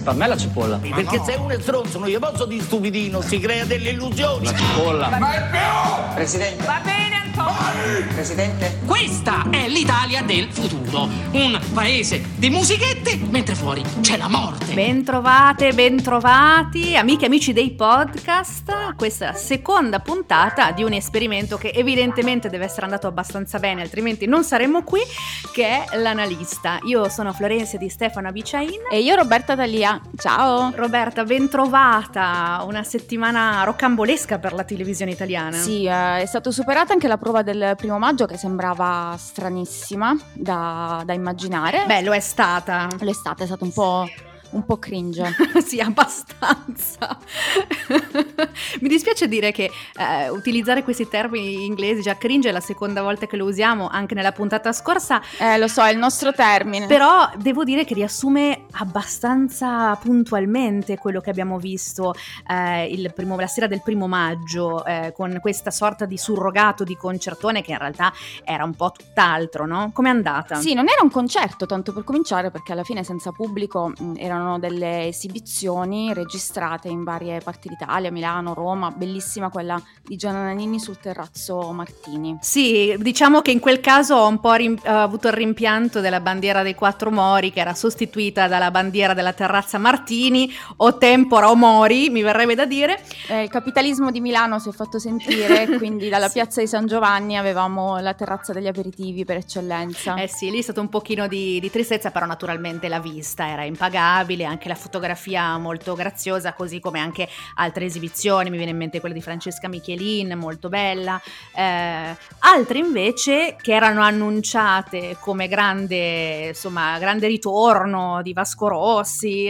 Per me la cipolla. Perché se uno è stronzo non gli posso dire stupidino, si crea delle illusioni. La cipolla. Ma è più! Presidente. Va bene, Antonio. Presidente. Questa è l'Italia del futuro. Un paese di musichette, mentre fuori c'è la morte. Bentrovate, bentrovati, amiche e amici dei podcast. Questa è la seconda puntata di un esperimento che evidentemente deve essere andato abbastanza bene, altrimenti non saremmo qui, che è l'analista. Io sono Florencia Di Stefano Abiciain. E io Roberta D'Alia. Ciao Roberta, bentrovata. Una settimana rocambolesca per la televisione italiana. Sì, è stato superata anche la prova del 1 maggio che sembrava stranissima da immaginare. Beh, lo è stata. L'estate è stato un po' cringe. Sì, abbastanza. Mi dispiace dire che utilizzare questi termini inglesi, già cringe è la seconda volta che lo usiamo, anche nella puntata scorsa. Lo so, è il nostro termine. Però devo dire che riassume abbastanza puntualmente quello che abbiamo visto la sera del 1 maggio, con questa sorta di surrogato di concertone che in realtà era un po' tutt'altro, no? Com'è andata? Sì, non era un concerto, tanto per cominciare, perché alla fine senza pubblico erano delle esibizioni registrate in varie parti d'Italia, Milano, Roma, bellissima quella di Gianna Nannini sul terrazzo Martini. Sì, diciamo che in quel caso ho un po' avuto il rimpianto della bandiera dei 4 Mori, che era sostituita dalla bandiera della terrazza Martini, o tempora o Mori, mi verrebbe da dire. Il capitalismo di Milano si è fatto sentire, quindi dalla Sì. piazza di San Giovanni avevamo la terrazza degli aperitivi per eccellenza. Sì, lì è stato un pochino di tristezza, però naturalmente la vista era impagabile, anche la fotografia molto graziosa, così come anche altre esibizioni, mi viene in mente quella di Francesca Michelin, molto bella, altre invece che erano annunciate come grande ritorno di Vasco Rossi,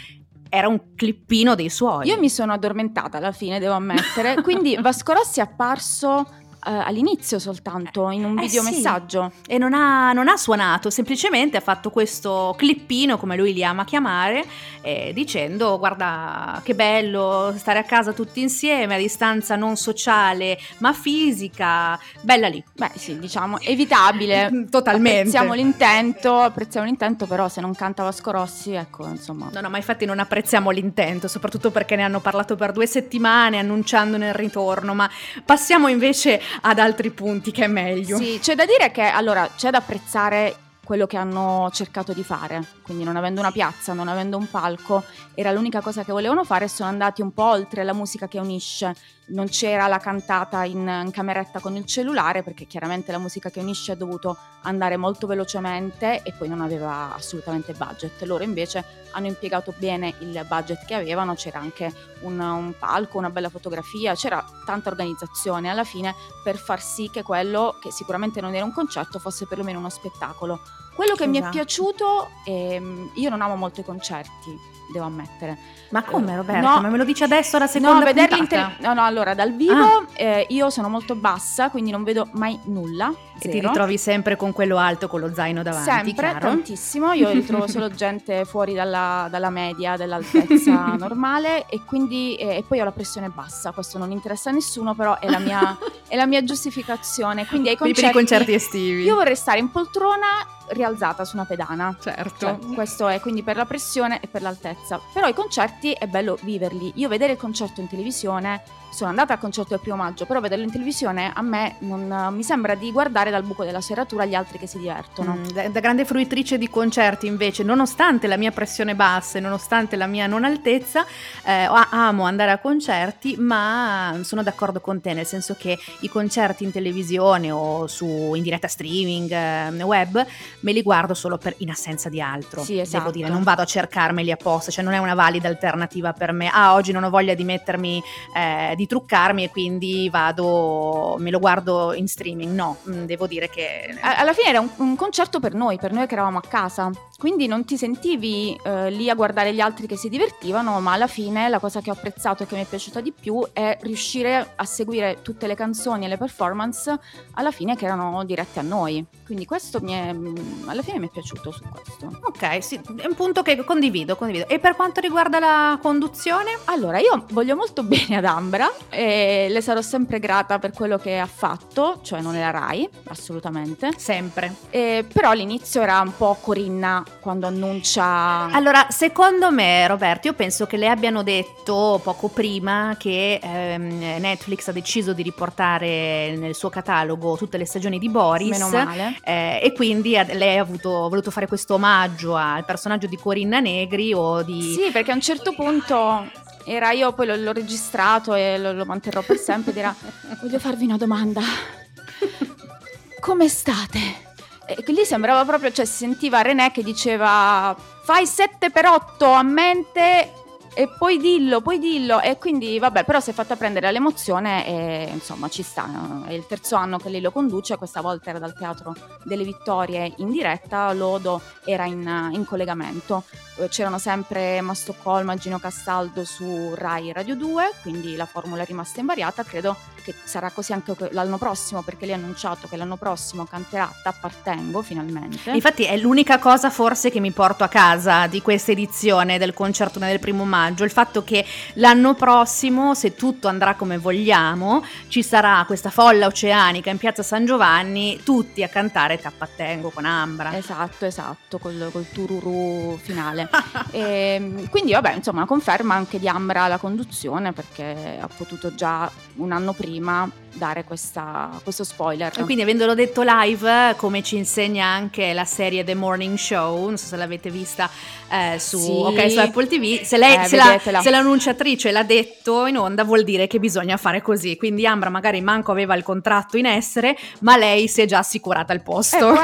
era un clippino dei suoi. Io mi sono addormentata alla fine, devo ammettere, quindi Vasco Rossi è apparso all'inizio soltanto in un videomessaggio. Sì. E non ha suonato, semplicemente ha fatto questo clippino, come lui li ama chiamare, dicendo: guarda che bello stare a casa tutti insieme, a distanza non sociale ma fisica, bella lì. Beh sì, diciamo evitabile. Totalmente. Apprezziamo l'intento, però se non canta Vasco Rossi, ecco, insomma. No, ma infatti non apprezziamo l'intento, soprattutto perché ne hanno parlato per 2 settimane annunciandone il ritorno, ma passiamo invece ad altri punti, che è meglio. Sì, c'è da dire che allora c'è da apprezzare quello che hanno cercato di fare, quindi non avendo una piazza, non avendo un palco, era l'unica cosa che volevano fare, e sono andati un po' oltre la musica che unisce. Non c'era la cantata in cameretta con il cellulare, perché chiaramente la musica che unisce ha dovuto andare molto velocemente e poi non aveva assolutamente budget. Loro invece hanno impiegato bene il budget che avevano, c'era anche un palco, una bella fotografia, c'era tanta organizzazione alla fine per far sì che quello, che sicuramente non era un concerto, fosse perlomeno uno spettacolo. Quello che mi è piaciuto, io non amo molto i concerti, devo ammettere. Ma come, Roberta? No, ma me lo dici adesso la seconda puntata? Allora dal vivo io sono molto bassa, quindi non vedo mai nulla. E ti ritrovi sempre con quello alto, con lo zaino davanti, sempre, chiaro? tantissimo. Io ritrovo solo gente fuori dalla media, dell'altezza normale, e quindi e poi ho la pressione bassa. Questo non interessa a nessuno, però è la mia giustificazione. Quindi ai concerti, per i concerti estivi io vorrei stare in poltrona rialzata su una pedana. Certo. Cioè, questo è quindi per la pressione e per l'altezza. Però i concerti è bello viverli. Io vedere il concerto in televisione, sono andata al concerto del 1 maggio, però vederlo in televisione a me non mi sembra di guardare dal buco della serratura gli altri che si divertono. Da grande fruitrice di concerti invece, nonostante la mia pressione bassa e nonostante la mia non altezza, amo andare a concerti, ma sono d'accordo con te, nel senso che i concerti in televisione o in diretta streaming, web, me li guardo solo in assenza di altro. Sì, esatto. Devo dire, non vado a cercarmeli apposta, cioè non è una valida alternativa per me. Oggi non ho voglia di mettermi, di truccarmi, e quindi me lo guardo in streaming. No, devo dire che alla fine era un concerto per noi che eravamo a casa, quindi non ti sentivi lì a guardare gli altri che si divertivano, ma alla fine la cosa che ho apprezzato e che mi è piaciuta di più è riuscire a seguire tutte le canzoni e le performance alla fine che erano dirette a noi. Quindi questo alla fine mi è piaciuto su questo. Ok, sì, è un punto che condivido. E per quanto riguarda la conduzione? Allora, io voglio molto bene ad Ambra e le sarò sempre grata per quello che ha fatto, cioè non è la Rai, assolutamente. Sempre. Però all'inizio era un po' Corinna quando annuncia? Allora, secondo me, Roberto, io penso che le abbiano detto poco prima che Netflix ha deciso di riportare nel suo catalogo tutte le stagioni di Boris. Meno male. E quindi lei ha voluto fare questo omaggio al personaggio di Corinna Negri o di... Sì, perché a un certo punto io poi l'ho registrato e lo manterrò per sempre, ed era: voglio farvi una domanda. Come state? E lì sembrava proprio, cioè si sentiva René che diceva: fai 7x8 a mente e poi dillo, e quindi vabbè, però si è fatta prendere all'emozione e insomma ci sta, no? È il terzo anno che lei lo conduce, questa volta era dal Teatro delle Vittorie in diretta, Lodo era in collegamento, c'erano sempre Emma Stoccolma, Gino Castaldo su Rai Radio 2, quindi la formula è rimasta invariata. Credo che sarà così anche l'anno prossimo, perché lei ha annunciato che l'anno prossimo canterà T'appartengo finalmente. Infatti è l'unica cosa forse che mi porto a casa di questa edizione del concertone del 1° maggio, il fatto che l'anno prossimo, se tutto andrà come vogliamo, ci sarà questa folla oceanica in piazza San Giovanni, tutti a cantare T'appartengo con Ambra. Esatto, col tururù finale. E quindi vabbè, insomma, una conferma anche di Ambra alla conduzione, perché ha potuto già un anno prima dare questo spoiler. E quindi, avendolo detto live, come ci insegna anche la serie The Morning Show, non so se l'avete vista su Apple TV, se lei se l'annunciatrice l'ha detto in onda, vuol dire che bisogna fare così. Quindi Ambra magari manco aveva il contratto in essere, ma lei si è già assicurata il posto. Può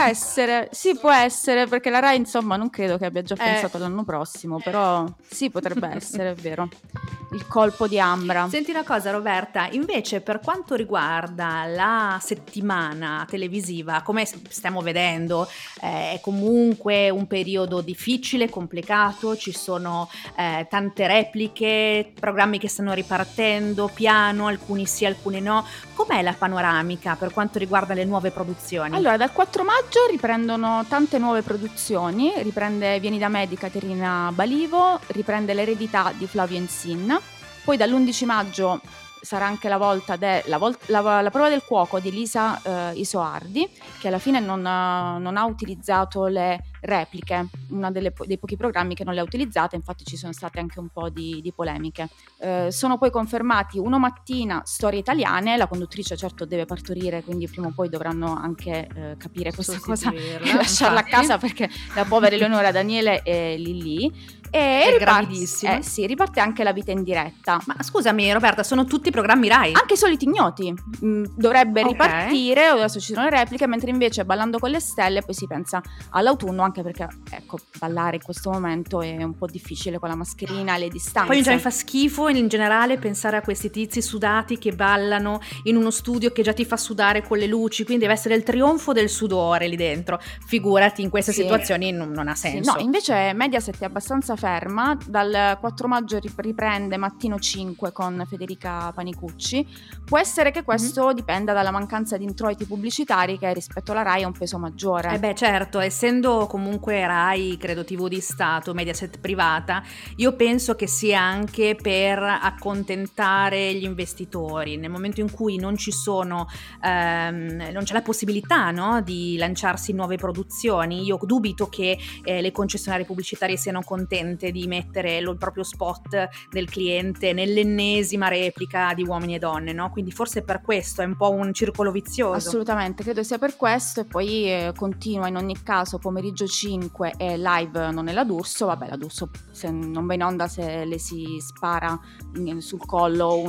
essere, perché la Rai insomma non credo che abbia già pensato all'anno prossimo, però sì, potrebbe essere, è vero, il colpo di Ambra. Senti una cosa, Roberta, invece per quanto riguarda la settimana televisiva, come stiamo vedendo, è comunque un periodo difficile, complicato, ci sono tante repliche, programmi che stanno ripartendo piano, alcuni sì, alcuni no. Com'è la panoramica per quanto riguarda le nuove produzioni? Allora, dal 4 maggio riprendono tante nuove produzioni, riprende Vieni da me di Caterina Balivo, riprende L'eredità di Flavio Ensin, poi dall'11 maggio sarà anche la volta la prova del cuoco di Elisa Isoardi, che alla fine non ha utilizzato le repliche, uno dei pochi programmi che non le ha utilizzate, infatti ci sono state anche un po' di polemiche. Sono poi confermati Uno Mattina, Storie italiane, la conduttrice certo deve partorire, quindi prima o poi dovranno anche capire questa cosa e lasciarla a casa, perché la povera Eleonora Daniele è lì. E gravidissima. Riparte anche La vita in diretta. Ma scusami Roberta, sono tutti programmi Rai? Anche Soliti Ignoti dovrebbe ripartire, adesso ci sono le repliche, mentre invece Ballando con le stelle poi si pensa all'autunno, anche perché ecco, ballare in questo momento è un po' difficile con la mascherina e le distanze. Poi già mi fa schifo in generale pensare a questi tizi sudati che ballano in uno studio che già ti fa sudare con le luci, quindi deve essere il trionfo del sudore lì dentro. Figurati, in queste situazioni non ha senso. No, invece Mediaset è abbastanza ferma, dal 4 maggio riprende Mattino 5 con Federica Panicucci. Può essere che questo dipenda dalla mancanza di introiti pubblicitari, che rispetto alla Rai ha un peso maggiore. Beh certo, essendo comunque Rai credo TV di Stato, Mediaset privata, io penso che sia anche per accontentare gli investitori nel momento in cui non ci sono non c'è la possibilità, no, di lanciarsi nuove produzioni. Io dubito che le concessionarie pubblicitarie siano contente di mettere il proprio spot del cliente nell'ennesima replica di Uomini e Donne, no? Quindi forse per questo è un po' un circolo vizioso. Assolutamente, credo sia per questo. E poi continua in ogni caso Pomeriggio 5 e Live non è la D'Urso. Vabbè, la D'Urso se non va in onda, se le si spara sul collo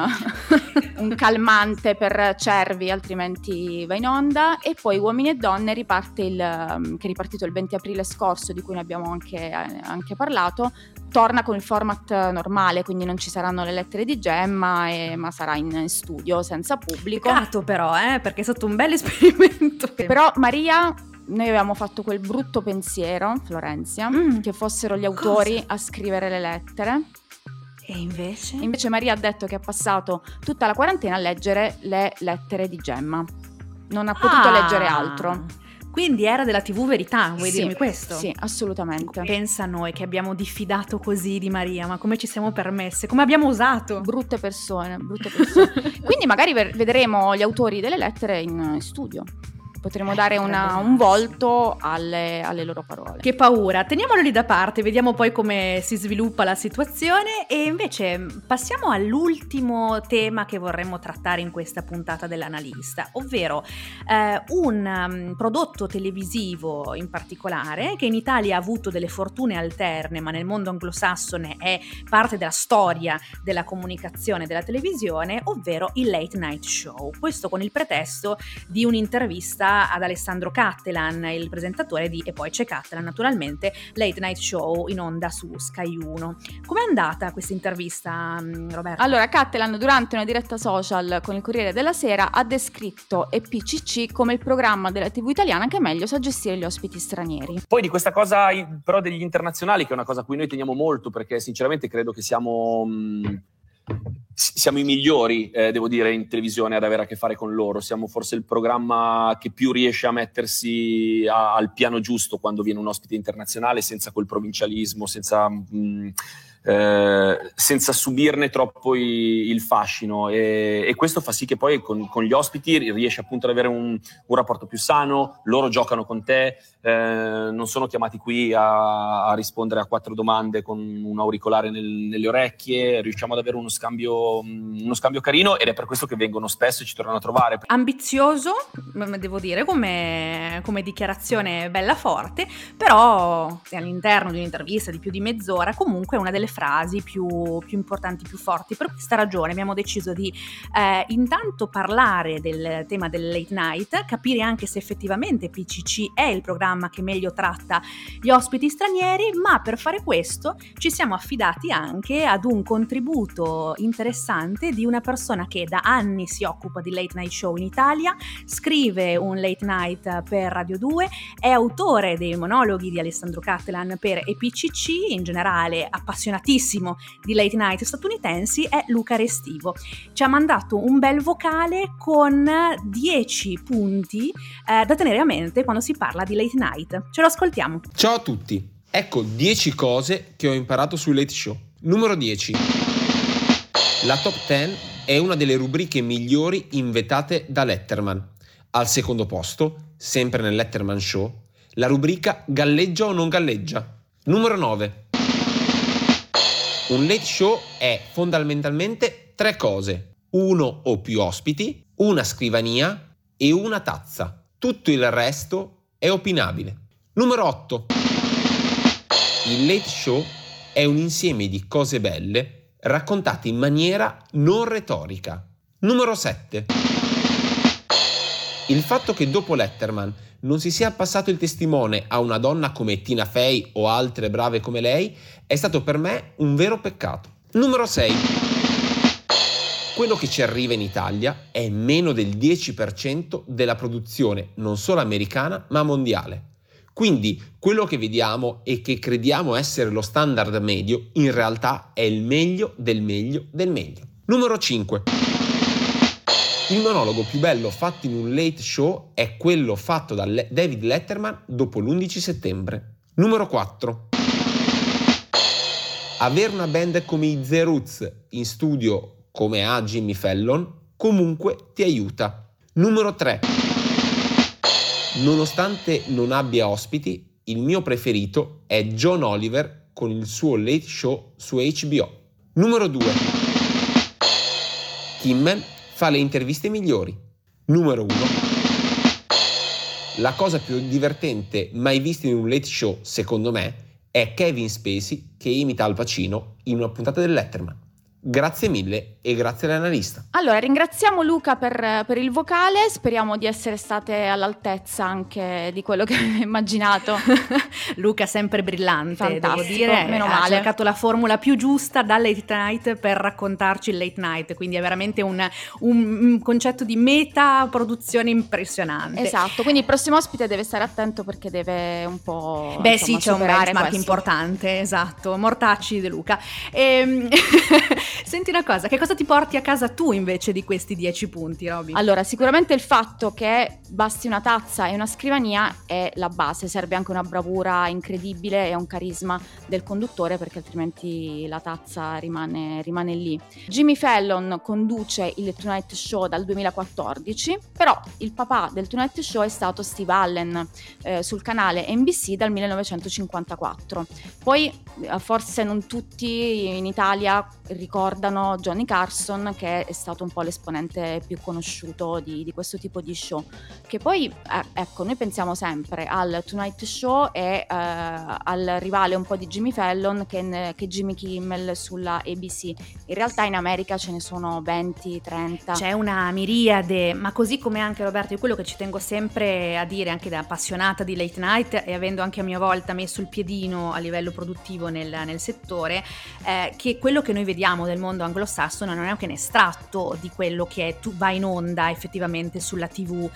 un calmante per cervi, altrimenti va in onda. E poi Uomini e Donne che è ripartito il 20 aprile scorso, di cui ne abbiamo anche parlato, torna con il format normale, quindi non ci saranno le lettere di Gemma, ma sarà in studio senza pubblico. Peccato però, perché è stato un bel esperimento. Però Maria, noi avevamo fatto quel brutto pensiero, Florenzia, che fossero gli autori a scrivere le lettere. E invece? Invece Maria ha detto che ha passato tutta la quarantena a leggere le lettere di Gemma. Non ha potuto leggere altro. Quindi era della TV Verità, vuoi dirmi questo? Sì, assolutamente. Pensa a noi che abbiamo diffidato così di Maria, ma come ci siamo permesse, come abbiamo osato? Brutte persone. Quindi magari vedremo gli autori delle lettere in studio. potremo dare un volto alle loro parole. Che paura, teniamolo lì da parte, vediamo poi come si sviluppa la situazione. E invece passiamo all'ultimo tema che vorremmo trattare in questa puntata dell'analista, ovvero un prodotto televisivo in particolare che in Italia ha avuto delle fortune alterne, ma nel mondo anglosassone è parte della storia della comunicazione della televisione, ovvero il Late Night Show. Questo con il pretesto di un'intervista ad Alessandro Cattelan, il presentatore di E poi c'è Cattelan, naturalmente, Late Night Show in onda su Sky 1. Com'è andata questa intervista, Roberto? Allora, Cattelan durante una diretta social con il Corriere della Sera ha descritto EPCC come il programma della TV italiana che meglio sa gestire gli ospiti stranieri. Poi di questa cosa però degli internazionali, che è una cosa a cui noi teniamo molto, perché sinceramente credo che siamo i migliori, devo dire, in televisione ad avere a che fare con loro. Siamo forse il programma che più riesce a mettersi al piano giusto quando viene un ospite internazionale, senza quel provincialismo, senza subirne troppo il fascino, e questo fa sì che poi con gli ospiti riesci appunto ad avere un rapporto più sano. Loro giocano con te, non sono chiamati qui a rispondere a 4 domande con un auricolare nelle orecchie. Riusciamo ad avere uno scambio carino, ed è per questo che vengono spesso e ci tornano a trovare. Ambizioso, devo dire, come dichiarazione bella forte, però all'interno di un'intervista di più di mezz'ora comunque è una delle frasi più importanti, più forti. Per questa ragione abbiamo deciso di intanto parlare del tema del late night, capire anche se effettivamente PCC è il programma che meglio tratta gli ospiti stranieri, ma per fare questo ci siamo affidati anche ad un contributo interessante di una persona che da anni si occupa di late night show in Italia, scrive un late night per Radio 2, è autore dei monologhi di Alessandro Cattelan per EPCC, in generale appassionatissimo di late night statunitensi, è Luca Restivo. Ci ha mandato un bel vocale con 10 punti da tenere a mente quando si parla di late night. Ce lo ascoltiamo. Ciao a tutti, ecco 10 cose che ho imparato sul Late Show. Numero 10. La Top 10 è una delle rubriche migliori inventate da Letterman. Al secondo posto, sempre nel Letterman Show, la rubrica Galleggia o non galleggia. Numero 9. Un late show è fondamentalmente 3 cose: 1 o più ospiti, una scrivania e una tazza. Tutto il resto è opinabile. Numero 8. Il late show è un insieme di cose belle raccontate in maniera non retorica. Numero 7. Il fatto che dopo Letterman non si sia passato il testimone a una donna come Tina Fey o altre brave come lei è stato per me un vero peccato. Numero 6. Quello che ci arriva in Italia è meno del 10% della produzione non solo americana ma mondiale. Quindi quello che vediamo e che crediamo essere lo standard medio in realtà è il meglio del meglio del meglio. Numero 5. Il monologo più bello fatto in un late show è quello fatto da David Letterman dopo l'11 settembre. Numero 4. Avere una band come i The Roots in studio come ha Jimmy Fallon comunque ti aiuta. Numero 3. Nonostante non abbia ospiti, il mio preferito è John Oliver con il suo late show su HBO. Numero 2. Kimmel fa le interviste migliori. Numero 1. La cosa più divertente mai vista in un late show, secondo me, è Kevin Spacey che imita Al Pacino in una puntata del Letterman. Grazie mille e grazie all'analista. Allora, ringraziamo Luca per il vocale, speriamo di essere state all'altezza anche di quello che avevo immaginato. Luca sempre brillante, fantastico, devo dire, meno ha male. cercato la formula più giusta dal late night per raccontarci il late night, quindi è veramente un concetto di meta produzione impressionante. Esatto, quindi il prossimo ospite deve stare attento perché deve un po'... Sì, c'è un benchmark importante, esatto, mortacci De Luca. Senti una cosa, che cosa ti porti a casa tu invece di questi 10 punti, Roby? Allora, sicuramente il fatto che basti una tazza e una scrivania è la base, serve anche una bravura incredibile e un carisma del conduttore, perché altrimenti la tazza rimane lì. Jimmy Fallon conduce il Tonight Show dal 2014, però il papà del Tonight Show è stato Steve Allen sul canale NBC dal 1954. Poi forse non tutti in Italia ricordano Johnny Carson, che è stato un po' l'esponente più conosciuto di questo tipo di show, che poi ecco, noi pensiamo sempre al Tonight Show e al rivale un po' di Jimmy Fallon che Jimmy Kimmel sulla ABC. In realtà in America ce ne sono 20, 30. C'è una miriade, ma così come anche, Roberto, io quello che ci tengo sempre a dire, anche da appassionata di late night e avendo anche a mia volta messo il piedino a livello produttivo nel settore, che quello che noi vediamo del mondo anglosassone non è anche un estratto di quello che va in onda effettivamente sulla TV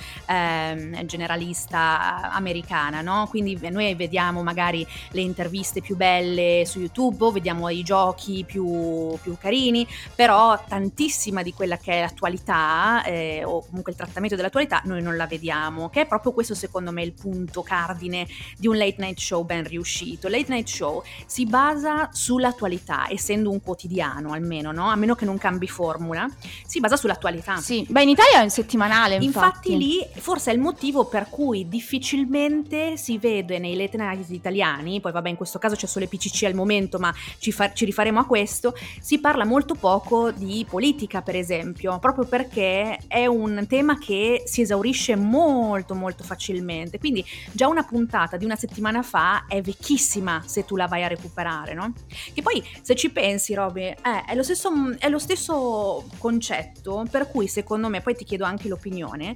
generalista americana, no? Quindi noi vediamo magari le interviste più belle su YouTube, o vediamo i giochi più carini, però tantissima di quella che è l'attualità o comunque il trattamento dell'attualità noi non la vediamo, che è proprio questo secondo me il punto cardine di un late night show ben riuscito. Il late night show si basa sull'attualità, essendo un quotidiano almeno, no? A meno che non cambi formula, si basa sull'attualità. Sì, beh, in Italia è un settimanale, infatti lì forse è il motivo per cui difficilmente si vede nei late night italiani, poi vabbè in questo caso c'è solo PCC al momento, ma ci rifaremo a questo, si parla molto poco di politica per esempio, proprio perché è un tema che si esaurisce molto molto facilmente, quindi già una puntata di una settimana fa è vecchissima se tu la vai a recuperare, no? Che poi se ci pensi, Roby, è lo stesso concetto per cui secondo me, poi ti chiedo anche l'opinione,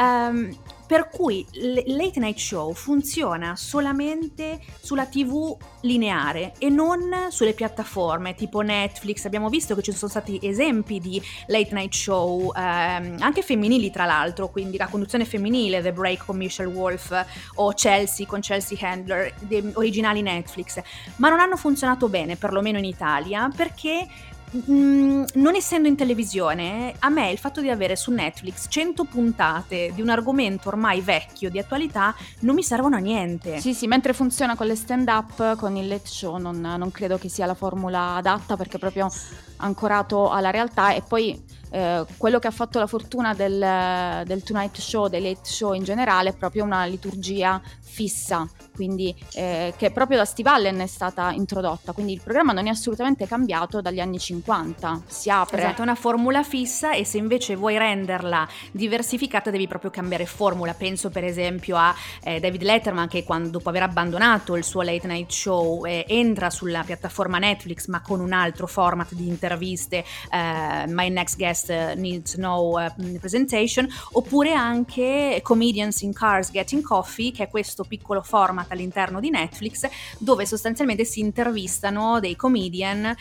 per cui il late night show funziona solamente sulla TV lineare e non sulle piattaforme tipo Netflix. Abbiamo visto che ci sono stati esempi di late night show anche femminili tra l'altro, quindi la conduzione femminile, The Break con Michelle Wolf o Chelsea con Chelsea Handler, originali Netflix, ma non hanno funzionato bene, perlomeno in Italia, perché non essendo in televisione, a me il fatto di avere su Netflix 100 puntate di un argomento ormai vecchio, di attualità, non mi servono a niente. Sì, mentre funziona con le stand up, con il late show non credo che sia la formula adatta, perché è proprio ancorato alla realtà. E poi quello che ha fatto la fortuna del Tonight Show, dei late show in generale, è proprio una liturgia fissa, quindi che proprio da Steve Allen è stata introdotta, quindi il programma non è assolutamente cambiato dagli anni 50, si apre. Esatto, è una formula fissa, e se invece vuoi renderla diversificata devi proprio cambiare formula. Penso per esempio a David Letterman, che dopo aver abbandonato il suo late night show entra sulla piattaforma Netflix ma con un altro format di interviste, My Next Guest Needs No Presentation, oppure anche Comedians in Cars Getting Coffee, che è questo piccolo format all'interno di Netflix dove sostanzialmente si intervistano dei comedian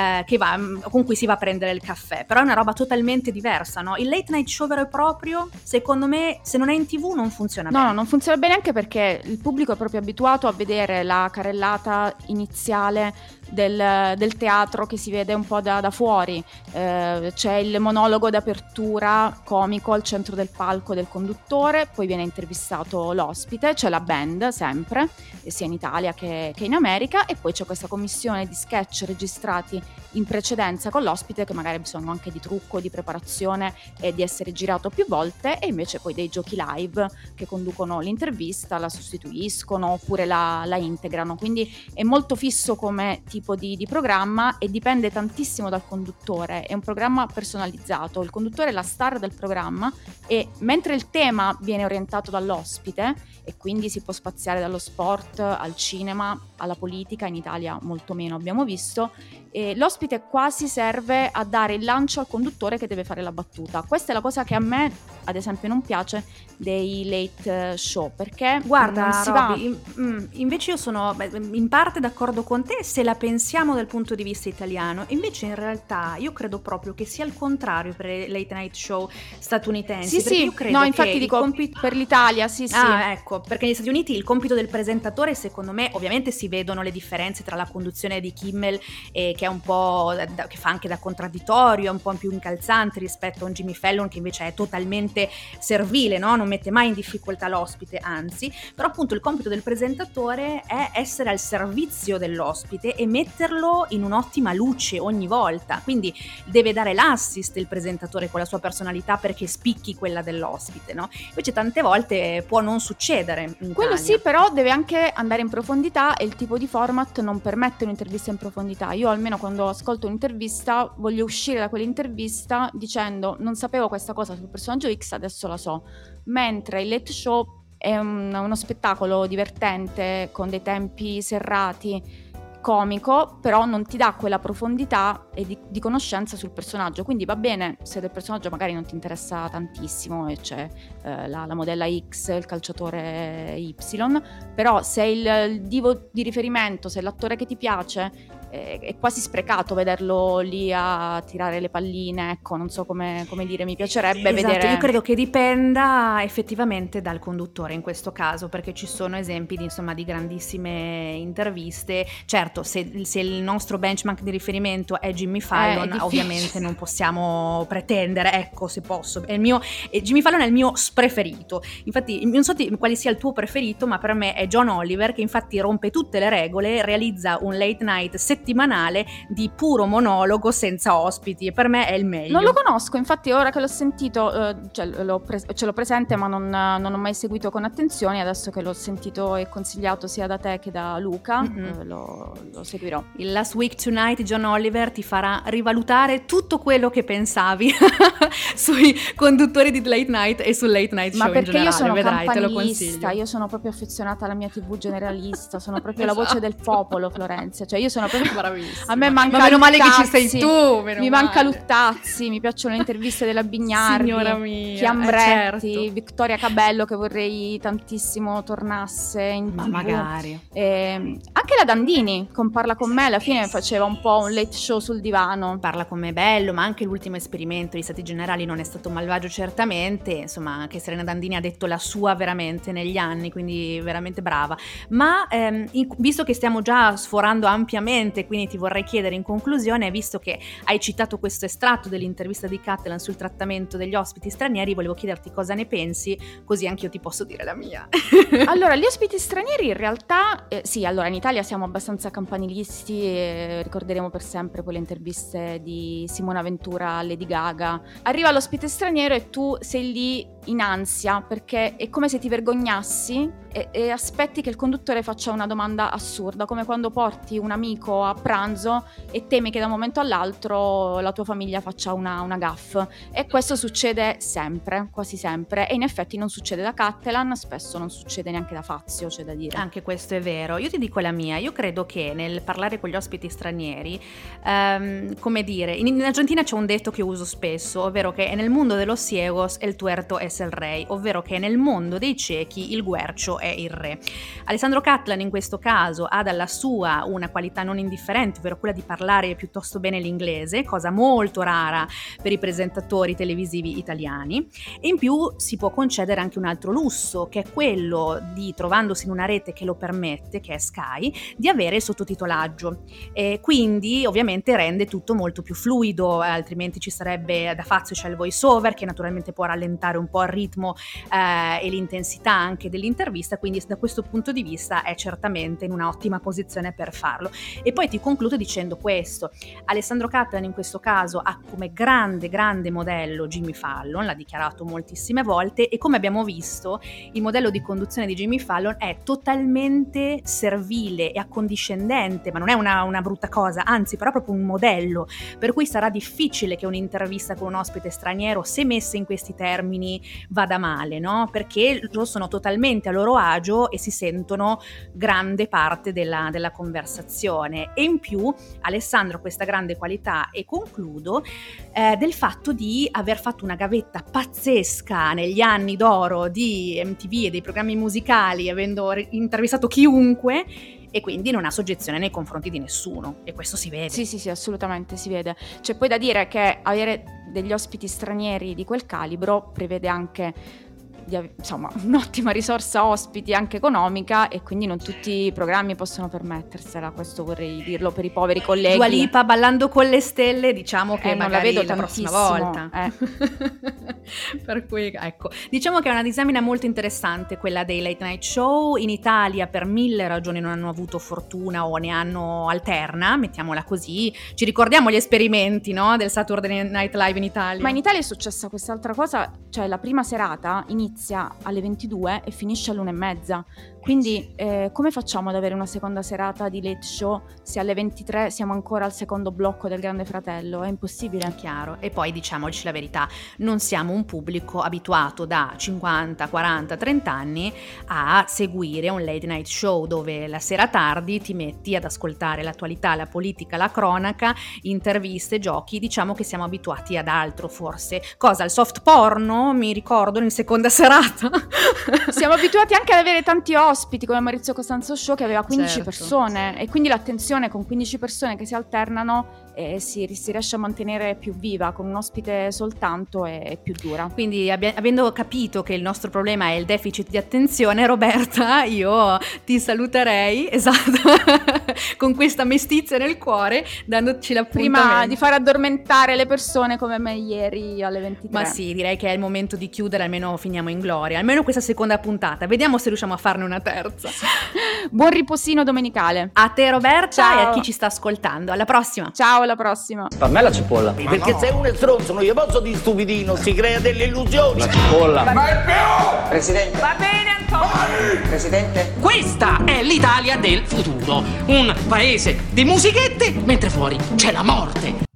con cui si va a prendere il caffè, però è una roba totalmente diversa, no? Il late night show vero e proprio, secondo me, se non è in TV non funziona bene. No, non funziona bene, anche perché il pubblico è proprio abituato a vedere la carrellata iniziale del teatro che si vede un po' da fuori, c'è il monologo d'apertura comico al centro del palco del conduttore, poi viene intervistato l'ospite, c'è la band sempre, sia in Italia che in America, e poi c'è questa commissione di sketch registrati in precedenza con l'ospite, che magari ha bisogno anche di trucco, di preparazione e di essere girato più volte, e invece poi dei giochi live che conducono l'intervista, la sostituiscono oppure la integrano, quindi è molto fisso come tipo di programma e dipende tantissimo dal conduttore. È un programma personalizzato, il conduttore è la star del programma, e mentre il tema viene orientato dall'ospite, e quindi si può spaziare dallo sport al cinema, alla politica, in Italia molto meno abbiamo visto, e l'ospite quasi serve a dare il lancio al conduttore che deve fare la battuta. Questa è la cosa che a me ad esempio non piace dei late show, perché guarda, non si Roby, invece io sono in parte d'accordo con te se la pensiamo dal punto di vista italiano, invece in realtà io credo proprio che sia il contrario per i late night show statunitensi. Sì, io credo no, infatti che dico per l'Italia, sì. Ecco, perché negli Stati Uniti il compito del presentatore secondo me ovviamente si si vedono le differenze tra la conduzione di Kimmel, che è un po' che fa anche da contraddittorio, è un po' più incalzante rispetto a un Jimmy Fallon che invece è totalmente servile, no? Non mette mai in difficoltà l'ospite, anzi. Però appunto il compito del presentatore è essere al servizio dell'ospite e metterlo in un'ottima luce ogni volta, quindi deve dare l'assist il presentatore con la sua personalità perché spicchi quella dell'ospite, no? Invece tante volte può non succedere in Quello Italia. sì, però deve anche andare in profondità e il tipo di format non permette un'intervista in profondità. Io almeno quando ascolto un'intervista voglio uscire da quell'intervista dicendo non sapevo questa cosa sul personaggio X, adesso la so. Mentre il Late Show è uno spettacolo divertente con dei tempi serrati, comico, però non ti dà quella profondità e di conoscenza sul personaggio. Quindi va bene se del personaggio magari non ti interessa tantissimo e c'è la modella X, il calciatore Y, però se il divo di riferimento, se l'attore che ti piace, è quasi sprecato vederlo lì a tirare le palline, ecco, non so come dire, mi piacerebbe vedere. Io credo che dipenda effettivamente dal conduttore in questo caso, perché ci sono esempi di grandissime interviste. Certo, se il nostro benchmark di riferimento è Jimmy Fallon, ovviamente non possiamo pretendere, ecco, se posso. Jimmy Fallon è il mio preferito. Infatti, non so quale sia il tuo preferito, ma per me è John Oliver, che infatti rompe tutte le regole, realizza un late night settimanale di puro monologo senza ospiti, e per me è il meglio. Non lo conosco, infatti ora che l'ho sentito ce l'ho presente, ma non ho mai seguito con attenzione. Adesso che l'ho sentito e consigliato sia da te che da Luca, lo seguirò. Il Last Week Tonight John Oliver ti farà rivalutare tutto quello che pensavi sui conduttori di Late Night e sul Late Night Show. Ma perché in generale, io sono vedrai, te lo campanilista, consiglio. io sono proprio affezionata alla mia TV generalista, sono proprio la voce del popolo, Florenza, cioè io sono proprio Bravissima. A me manca Ma meno male che ci Luttazzi, sei tu, mi manca Luttazzi, mi piacciono le interviste della Bignardi, Signora mia, Chiambretti, certo. Vittoria Cabello, che vorrei tantissimo tornasse in Ma TV. magari. Anche la Dandini con Parla con me alla fine faceva un po' un late show sul divano. Parla come bello, ma anche l'ultimo esperimento di Stati Generali non è stato malvagio certamente, insomma anche Serena Dandini ha detto la sua veramente negli anni, quindi veramente brava. Ma visto che stiamo già sforando ampiamente, quindi ti vorrei chiedere in conclusione, visto che hai citato questo estratto dell'intervista di Catalan sul trattamento degli ospiti stranieri, volevo chiederti cosa ne pensi, così anche io ti posso dire la mia. Allora, gli ospiti stranieri in realtà, sì, allora in Italia siamo abbastanza campanilisti e ricorderemo per sempre quelle interviste di Simona Ventura a Lady Gaga. Arriva l'ospite straniero e tu sei lì in ansia perché è come se ti vergognassi e aspetti che il conduttore faccia una domanda assurda, come quando porti un amico a pranzo e temi che da un momento all'altro la tua famiglia faccia una gaffe, e questo succede sempre, quasi sempre, e in effetti non succede da Catalan, spesso non succede neanche da Fazio, c'è da dire. Anche questo è vero. Io ti dico la mia, io credo che nel parlare con gli ospiti stranieri, come dire, in Argentina c'è un detto che uso spesso, ovvero che nel mondo de los ciegos el tuerto es el rey, ovvero che nel mondo dei ciechi il guercio è il re. Alessandro Catalan in questo caso ha dalla sua una qualità non indifferente, ovvero quella di parlare piuttosto bene l'inglese, cosa molto rara per i presentatori televisivi italiani, e in più si può concedere anche un altro lusso, che è quello di, trovandosi in una rete che lo permette, che è Sky, di avere il sottotitolaggio, e quindi ovviamente rende tutto molto più fluido, altrimenti ci sarebbe da Fazio, c'è il voice over che naturalmente può rallentare un po' il ritmo e l'intensità anche dell'intervista, quindi da questo punto di vista è certamente in una ottima posizione per farlo. E poi ti concludo dicendo questo: Alessandro Catalan in questo caso ha come grande modello Jimmy Fallon, l'ha dichiarato moltissime volte, e come abbiamo visto il modello di conduzione di Jimmy Fallon è totalmente servile e accondiscendente, ma non è una brutta cosa, anzi però proprio un modello, per cui sarà difficile che un'intervista con un ospite straniero, se messa in questi termini, vada male, no? Perché loro sono totalmente a loro agio e si sentono grande parte della conversazione. E in più Alessandro ha questa grande qualità, e concludo, del fatto di aver fatto una gavetta pazzesca negli anni d'oro di MTV e dei programmi musicali, avendo intervistato chiunque, e quindi non ha soggezione nei confronti di nessuno, e questo si vede. Sì, assolutamente si vede. C'è poi da dire che avere degli ospiti stranieri di quel calibro prevede anche insomma, un'ottima risorsa ospiti anche economica, e quindi non tutti i programmi possono permettersela, questo vorrei dirlo per i poveri colleghi. Dua Lipa ballando con le stelle, diciamo che non magari la vedo la prossima tantissimo, volta. Per cui ecco, diciamo che è una disamina molto interessante quella dei late night show. In Italia per 1000 ragioni non hanno avuto fortuna o ne hanno alterna, mettiamola così. Ci ricordiamo gli esperimenti, no, del Saturday Night Live in Italia. Ma in Italia è successa quest'altra cosa, cioè la prima serata inizia alle 22 e finisce all'1:30. Quindi come facciamo ad avere una seconda serata di late show se alle 23 siamo ancora al secondo blocco del Grande Fratello? È impossibile. Chiaro. E poi diciamoci la verità, non siamo un pubblico abituato da 50, 40, 30 anni a seguire un late night show dove la sera tardi ti metti ad ascoltare l'attualità, la politica, la cronaca, interviste, giochi. Diciamo che siamo abituati ad altro, forse. Cosa? Al soft porno, mi ricordo, in seconda serata. Siamo abituati anche ad avere tanti ospiti come Maurizio Costanzo Show, che aveva 15 Certo. persone, e quindi l'attenzione con 15 persone che si alternano si riesce a mantenere più viva. Con un ospite soltanto è più dura. Quindi avendo capito che il nostro problema è il deficit di attenzione, Roberta, io ti saluterei, esatto, con questa mestizia nel cuore, dandoci l'appuntamento. Prima di far addormentare le persone come me ieri alle 23. Ma sì, direi che è il momento di chiudere, almeno finiamo in gloria, almeno questa seconda puntata. Vediamo se riusciamo a farne una terza. Buon riposino domenicale. A te Roberta. Ciao. E a chi ci sta ascoltando. Alla prossima. Ciao, alla prossima. Per me la cipolla. Perché se uno è stronzo, non gli posso dire stupidino, si crea delle illusioni. La cipolla. Presidente. Va bene, Antonio. Presidente. Questa è l'Italia del futuro. Un paese di musichette, mentre fuori c'è la morte.